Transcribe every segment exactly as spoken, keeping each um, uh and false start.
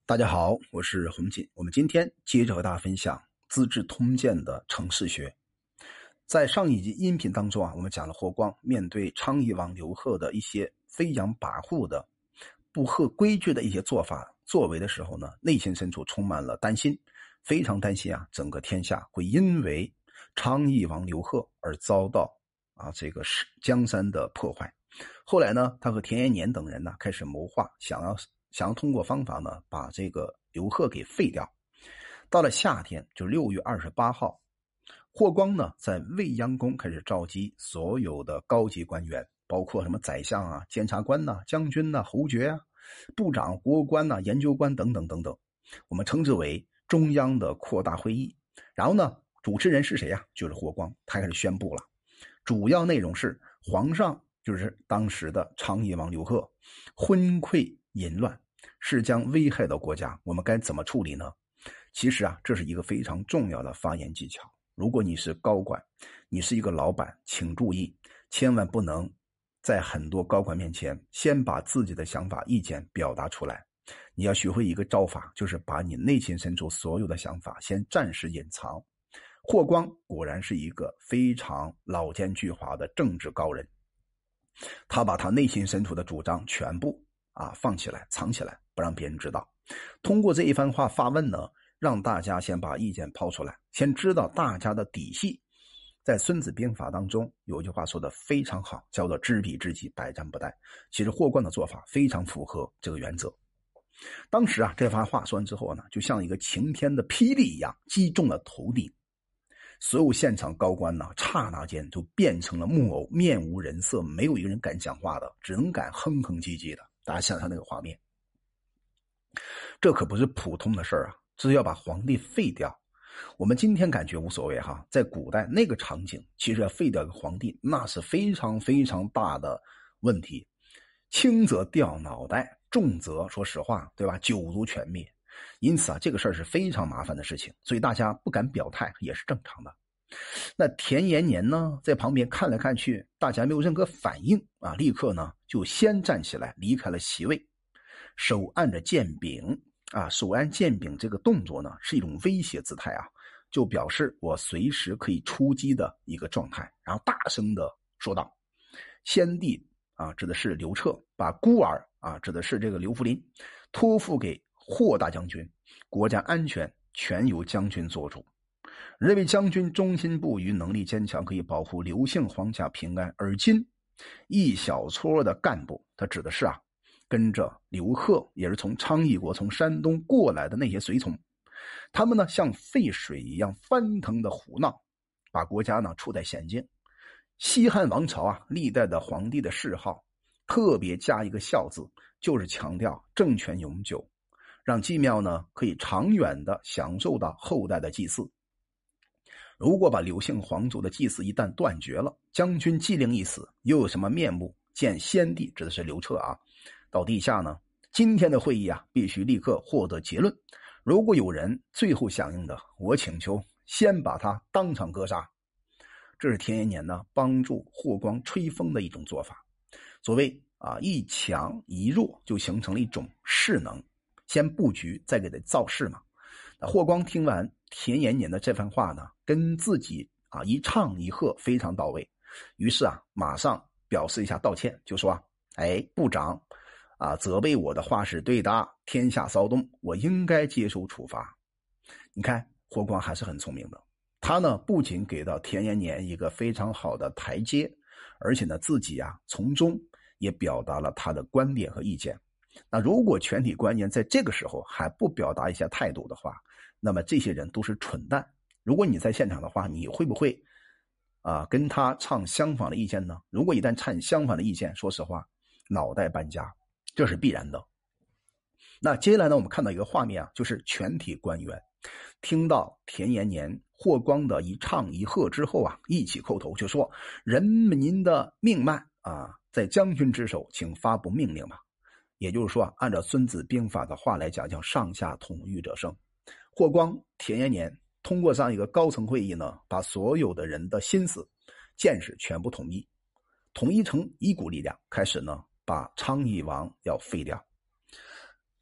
大家好，我是洪锦。我们今天接着和大家分享《资治通鉴》的程氏学。在上一集音频当中啊，我们讲了霍光面对昌邑王刘贺的一些飞扬跋扈的、不合规矩的一些做法作为的时候呢，内心深处充满了担心，非常担心啊，整个天下会因为昌邑王刘贺而遭到啊这个江山的破坏。后来呢，他和田延年等人呢开始谋划，想要想要通过方法呢把这个刘贺给废掉。到了夏天，就六月二十八号，霍光呢在未央宫开始召集所有的高级官员，包括什么宰相啊、监察官呐、啊、将军呐、啊、侯爵啊、部长、国官呐、啊、研究官等等等等，我们称之为中央的扩大会议。然后呢，主持人是谁呀、啊？就是霍光，他开始宣布了，主要内容是皇上就是当时的昌邑王刘贺昏聩淫乱，是将危害到国家，我们该怎么处理呢？其实啊，这是一个非常重要的发言技巧。如果你是高管，你是一个老板，请注意，千万不能在很多高管面前先把自己的想法意见表达出来。你要学会一个招法，就是把你内心深处所有的想法先暂时隐藏。霍光果然是一个非常老奸巨猾的政治高人，他把他内心深处的主张全部啊放起来藏起来，不让别人知道。通过这一番话发问呢，让大家先把意见抛出来，先知道大家的底细。在孙子兵法当中有一句话说的非常好，叫做知彼知己，百战不殆。其实霍光的做法非常符合这个原则。当时啊，这番话说完之后呢，就像一个晴天的霹雳一样击中了头顶，所有现场高官呢，刹那间就变成了木偶，面无人色，没有一个人敢讲话的，只能敢哼哼唧唧的。大家想想那个画面，这可不是普通的事儿啊，这是要把皇帝废掉。我们今天感觉无所谓哈，在古代那个场景，其实要废掉一个皇帝，那是非常非常大的问题。轻则掉脑袋，重则说实话，对吧？九族全灭。因此啊，这个事儿是非常麻烦的事情，所以大家不敢表态也是正常的。那田延年呢，在旁边看来看去，大家没有任何反应啊，立刻呢就先站起来离开了席位，手按着剑柄啊，手按剑柄这个动作呢是一种威胁姿态啊，就表示我随时可以出击的一个状态。然后大声的说道：“先帝啊，指的是刘彻，把孤儿啊，指的是这个刘弗霖，托付给霍大将军，国家安全全由将军做主。认为将军忠心不渝，能力坚强，可以保护刘姓皇家平安。而今一小撮的干部，他指的是啊，跟着刘贺，也是从昌邑国、从山东过来的那些随从，他们呢像沸水一样翻腾的胡闹，把国家呢处在险境。西汉王朝啊，历代的皇帝的谥号特别加一个孝字，就是强调政权永久，让祭庙呢可以长远的享受到后代的祭祀。如果把刘姓皇族的祭祀一旦断绝了，将军既令一死，又有什么面目见先帝，指的是刘彻啊，到地下呢？今天的会议啊，必须立刻获得结论。如果有人最后响应的，我请求先把他当场格杀。这是田延年呢帮助霍光吹风的一种做法。所谓啊一强一弱，就形成了一种势能，先布局再给他造势嘛。那霍光听完田延年的这番话呢，跟自己啊一唱一和非常到位，于是啊马上表示一下道歉，就说啊，哎部长啊责备我的话是对的，天下骚动，我应该接受处罚。你看霍光还是很聪明的，他呢不仅给到田延年一个非常好的台阶，而且呢自己啊从中也表达了他的观点和意见。那如果全体官员在这个时候还不表达一下态度的话，那么这些人都是蠢蛋。如果你在现场的话，你会不会啊跟他唱相反的意见呢？如果一旦唱相反的意见，说实话脑袋搬家，这是必然的。那接下来呢，我们看到一个画面啊，就是全体官员听到田延年、霍光的一唱一和之后啊，一起叩头，就说：“人民的命脉啊，在将军之手，请发布命令吧。”也就是说，按照孙子兵法的话来讲，叫上下统一者胜。霍光、田延年通过这样一个高层会议呢，把所有的人的心思、见识全部统一，统一成一股力量，开始呢把昌邑王要废掉。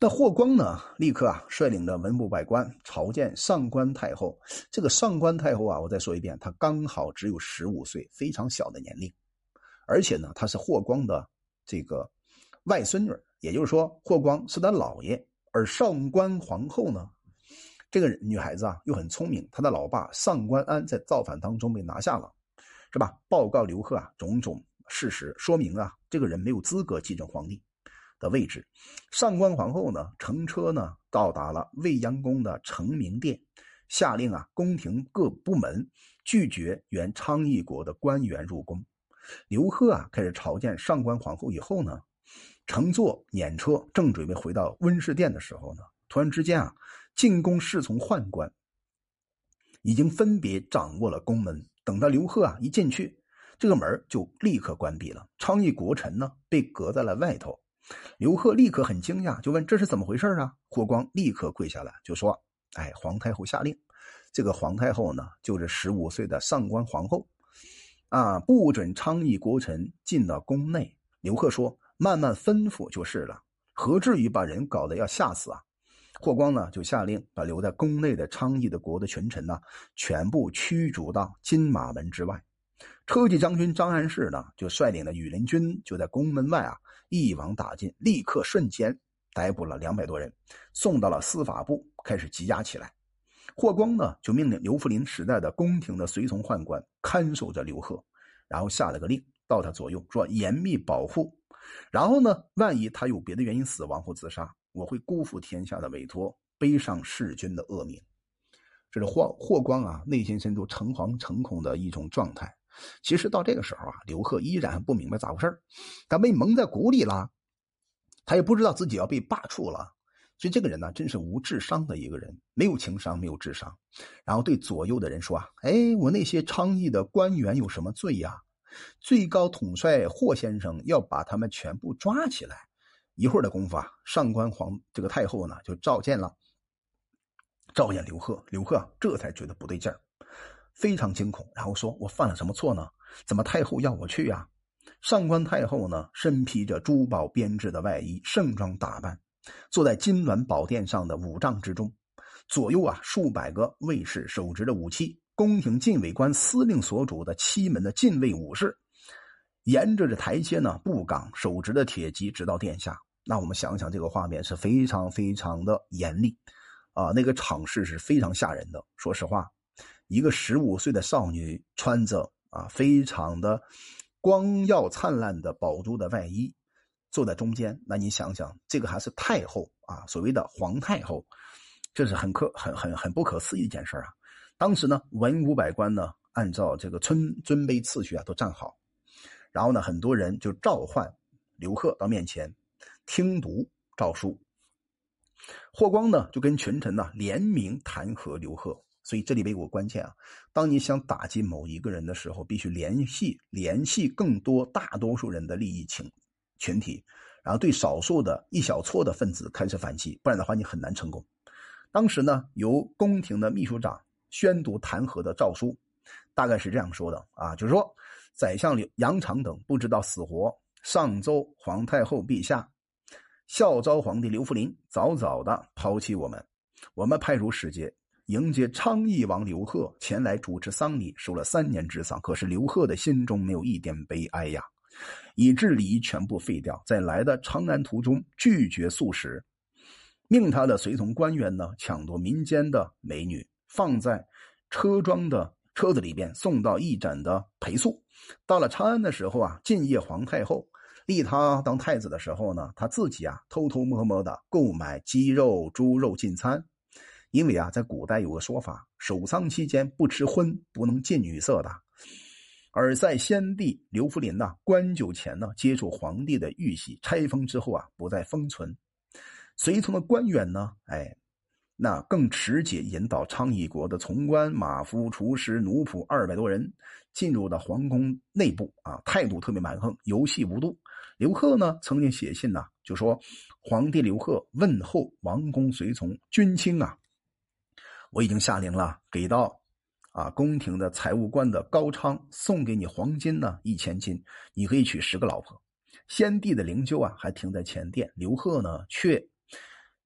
那霍光呢，立刻啊率领着文武百官朝见上官太后。这个上官太后啊，我再说一遍，她刚好只有十五岁，非常小的年龄，而且呢，她是霍光的这个外孙女，也就是说，霍光是他姥爷。而上官皇后呢，这个女孩子啊又很聪明，她的老爸上官安在造反当中被拿下了，是吧？报告刘贺啊种种事实，说明啊这个人没有资格继承皇帝的位置。上官皇后呢，乘车呢到达了未央宫的承明殿，下令啊宫廷各部门拒绝原昌邑国的官员入宫。刘贺啊开始朝见上官皇后以后呢，乘坐辇车正准备回到温室殿的时候呢，突然之间啊，进宫侍从宦官已经分别掌握了宫门。等到刘贺啊一进去，这个门就立刻关闭了，昌邑国臣呢被隔在了外头。刘贺立刻很惊讶，就问这是怎么回事啊？霍光立刻跪下来就说：哎，皇太后下令，这个皇太后呢就是十五岁的上官皇后啊，不准昌邑国臣进到宫内。刘贺说：慢慢吩咐就是了，何至于把人搞得要吓死啊？霍光呢就下令把留在宫内的昌邑的国的群臣呢全部驱逐到金马门之外。车骑将军张安世呢就率领了羽林军就在宫门外啊一网打尽，立刻瞬间逮捕了两百多人，送到了司法部开始羁押起来。霍光呢就命令刘弗陵时代的宫廷的随从宦官看守着刘贺，然后下了个令到他左右，说严密保护，然后呢万一他有别的原因死亡或自杀，我会辜负天下的委托，背上弑君的恶名。这是霍霍光啊内心深处诚惶诚恐的一种状态。其实到这个时候啊，刘贺依然不明白咋回事，他被蒙在鼓里了，他也不知道自己要被罢黜了。所以这个人呢，真是无智商的一个人，没有情商，没有智商。然后对左右的人说啊，哎，我那些昌邑的官员有什么罪呀？最高统帅霍先生要把他们全部抓起来。一会儿的功夫啊，上官皇这个太后呢就召见了，召见刘贺。刘贺这才觉得不对劲儿，非常惊恐，然后说：我犯了什么错呢？怎么太后要我去啊？上官太后呢，身披着珠宝编制的外衣，盛装打扮，坐在金銮宝殿上的五丈之中，左右啊数百个卫士手执着武器，宫廷禁卫官司令所主的七门的禁卫武士，沿着这台阶呢步岗，手执的铁戟直到殿下。那我们想想这个画面是非常非常的严厉啊，那个场势是非常吓人的。说实话，一个十五岁的少女穿着啊非常的光耀灿烂的宝珠的外衣，坐在中间，那你想想，这个还是太后啊，所谓的皇太后，这是很可很很很不可思议的一件事啊。当时呢，文武百官呢，按照这个尊尊卑次序啊，都站好，然后呢，很多人就召唤刘贺到面前听读诏书。霍光呢，就跟群臣呢联名弹劾刘贺。所以这里边有个关键啊，当你想打击某一个人的时候，必须联系联系更多大多数人的利益群群体，然后对少数的一小撮的分子开始反击，不然的话你很难成功。当时呢，由宫廷的秘书长宣读弹劾的诏书，大概是这样说的啊，就是说宰相杨常等不知道死活，上奏皇太后陛下，孝昭皇帝刘弗陵早早的抛弃我们，我们派出使节迎接昌邑王刘贺前来主持丧礼，受了三年之丧，可是刘贺的心中没有一点悲哀呀，以致礼仪全部废掉，在来的长安途中拒绝素食，命他的随从官员呢抢夺民间的美女，放在车装的车子里边送到驿站的陪宿。到了长安的时候啊，晋业皇太后立他当太子的时候呢，他自己啊偷偷摸摸的购买鸡肉猪肉进餐。因为啊，在古代有个说法，守丧期间不吃荤，不能近女色的。而在先帝刘弗陵呢官酒前呢，接触皇帝的玉玺，拆封之后啊，不再封存。随从的官员呢，哎，那更持节引导昌邑国的从官、马夫、厨师、奴仆二百多人进入到皇宫内部啊，态度特别蛮横，游戏无度。刘贺呢曾经写信呢，就说皇帝刘贺问候王公随从君卿啊，我已经下令了，给到啊宫廷的财务官的高昌送给你黄金呢一千斤，你可以娶十个老婆。先帝的灵柩啊还停在前殿，刘贺呢却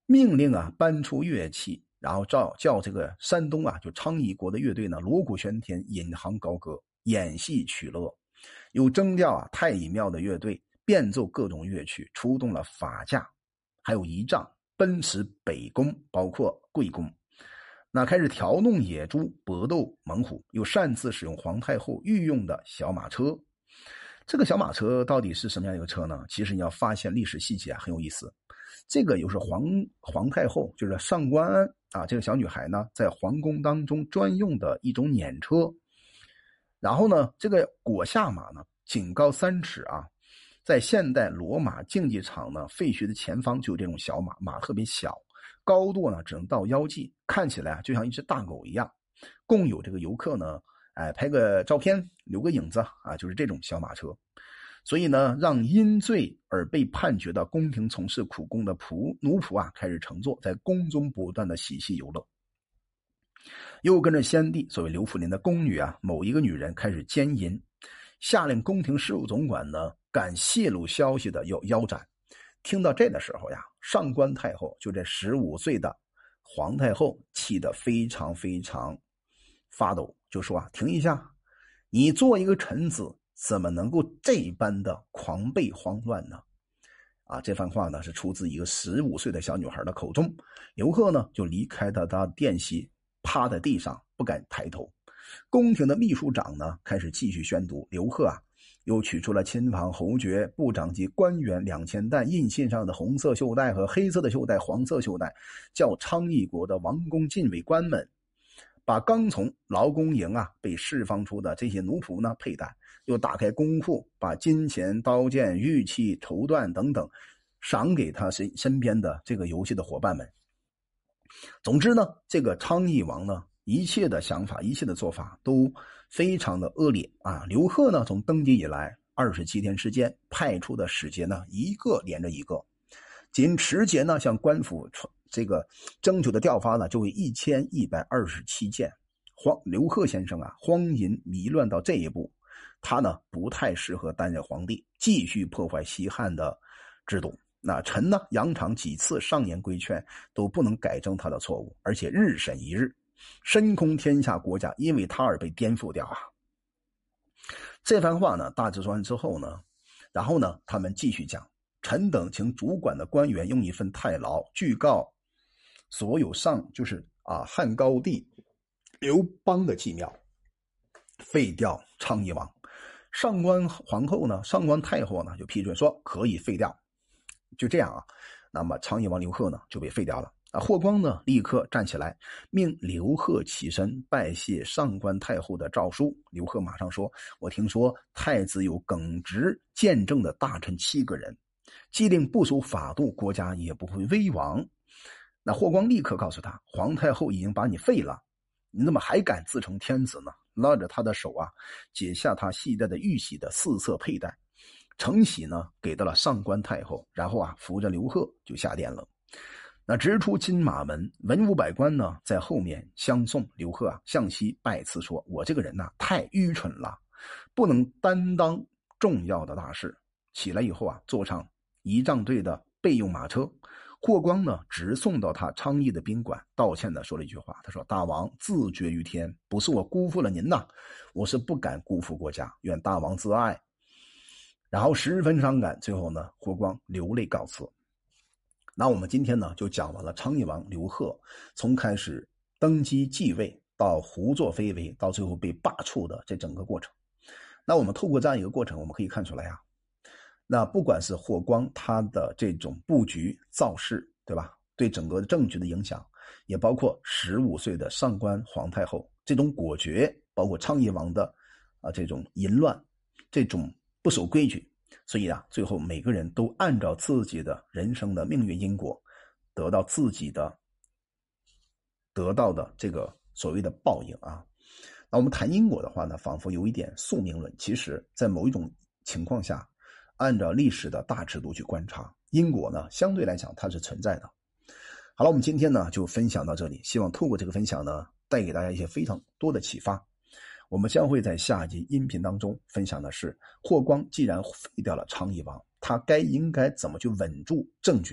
命令啊搬出乐器，然后叫叫这个山东啊就昌邑国的乐队呢锣鼓喧天，引吭高歌，演戏取乐。有征调啊太乙庙的乐队变奏各种乐曲，出动了法驾，还有仪仗，奔驰北宫，包括贵宫。那开始调弄野猪，搏斗猛虎，又擅自使用皇太后御用的小马车。这个小马车到底是什么样一个车呢？其实你要发现历史细节啊，很有意思。这个又是皇皇太后，就是上官安啊，这个小女孩呢，在皇宫当中专用的一种辇车。然后呢，这个裹下马呢，仅高三尺啊，在现代罗马竞技场呢废墟的前方就有这种小马，马特别小，高度呢只能到腰际，看起来啊就像一只大狗一样。共有这个游客呢，哎，拍个照片，留个影子啊，就是这种小马车。所以呢，让因罪而被判决的宫廷从事苦工的仆奴仆啊，开始乘坐，在宫中不断的嬉戏游乐。又跟着先帝所谓刘福林的宫女啊，某一个女人开始奸淫，下令宫廷事务总管呢，敢泄露消息的要腰斩。听到这的时候呀，上官太后就这十五岁的皇太后气得非常非常发抖，就说啊，停一下，你做一个臣子怎么能够这般的狂悖慌乱呢？啊，这番话呢是出自一个十五岁的小女孩的口中。刘贺呢就离开他的殿席，趴在地上不敢抬头。宫廷的秘书长呢开始继续宣读，刘贺啊又取出了亲王、侯爵、部长及官员两千担印信上的红色袖带和黑色的袖带、黄色袖带，叫昌邑国的王公禁卫官们把刚从劳宫营啊被释放出的这些奴仆呢佩戴，又打开公库，把金钱、刀剑、玉器、绸缎等等赏给他身身边的这个游戏的伙伴们。总之呢，这个昌邑王呢，一切的想法、一切的做法都非常的恶劣啊！刘贺呢，从登基以来二十七天时间，派出的使节呢，一个连着一个，仅持节呢向官府这个征求的调发呢，就为一千一百二十七件。黄刘贺先生啊，荒淫糜乱到这一步，他呢不太适合担任皇帝，继续破坏西汉的制度。那臣呢，杨常几次上言规劝，都不能改正他的错误，而且日审一日，深空天下国家因为他而被颠覆掉啊！这番话呢，大致说完之后呢，然后呢，他们继续讲，臣等请主管的官员用一份太牢，具告所有上就是啊汉高帝刘邦的祭庙，废掉昌邑王。上官皇后呢，上官太后呢就批准说可以废掉。就这样啊，那么昌邑王刘贺呢就被废掉了啊。霍光呢立刻站起来，命刘贺起身拜谢上官太后的诏书。刘贺马上说：“我听说太子有耿直见证的大臣七个人，既令不守法度，国家也不会危亡。”那霍光立刻告诉他：“皇太后已经把你废了，你怎么还敢自称天子呢？”拉着他的手啊，解下他系带的玉玺的四色佩戴。承玺呢给到了上官太后，然后啊扶着刘贺就下殿了。那直出金马门，文武百官呢在后面相送。刘贺啊向西拜辞说：“我这个人呐太愚蠢了，不能担当重要的大事。”起来以后啊，坐上仪仗队的备用马车。霍光呢直送到他昌邑的宾馆，道歉的说了一句话，他说：“大王自绝于天，不是我辜负了您呐，我是不敢辜负国家，愿大王自爱。”然后十分伤感，最后呢，霍光流泪告辞。那我们今天呢，就讲完了昌邑王刘贺从开始登基继位到胡作非为，到最后被罢黜的这整个过程。那我们透过这样一个过程，我们可以看出来啊，那不管是霍光他的这种布局造势，对吧？对整个政局的影响，也包括十五岁的上官皇太后这种果决，包括昌邑王的啊这种淫乱，这种不守规矩，所以啊，最后每个人都按照自己的人生的命运因果，得到自己的得到的这个所谓的报应啊。那我们谈因果的话呢，仿佛有一点宿命论。其实，在某一种情况下，按照历史的大尺度去观察，因果呢，相对来讲它是存在的。好了，我们今天呢就分享到这里，希望透过这个分享呢，带给大家一些非常多的启发。我们将会在下一集音频当中分享的是，霍光既然废掉了昌邑王，他该应该怎么去稳住政局呢？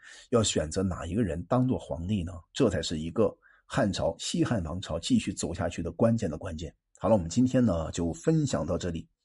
要选择哪一个人当做皇帝呢？这才是一个汉朝西汉王朝继续走下去的关键的关键。好了，我们今天呢就分享到这里。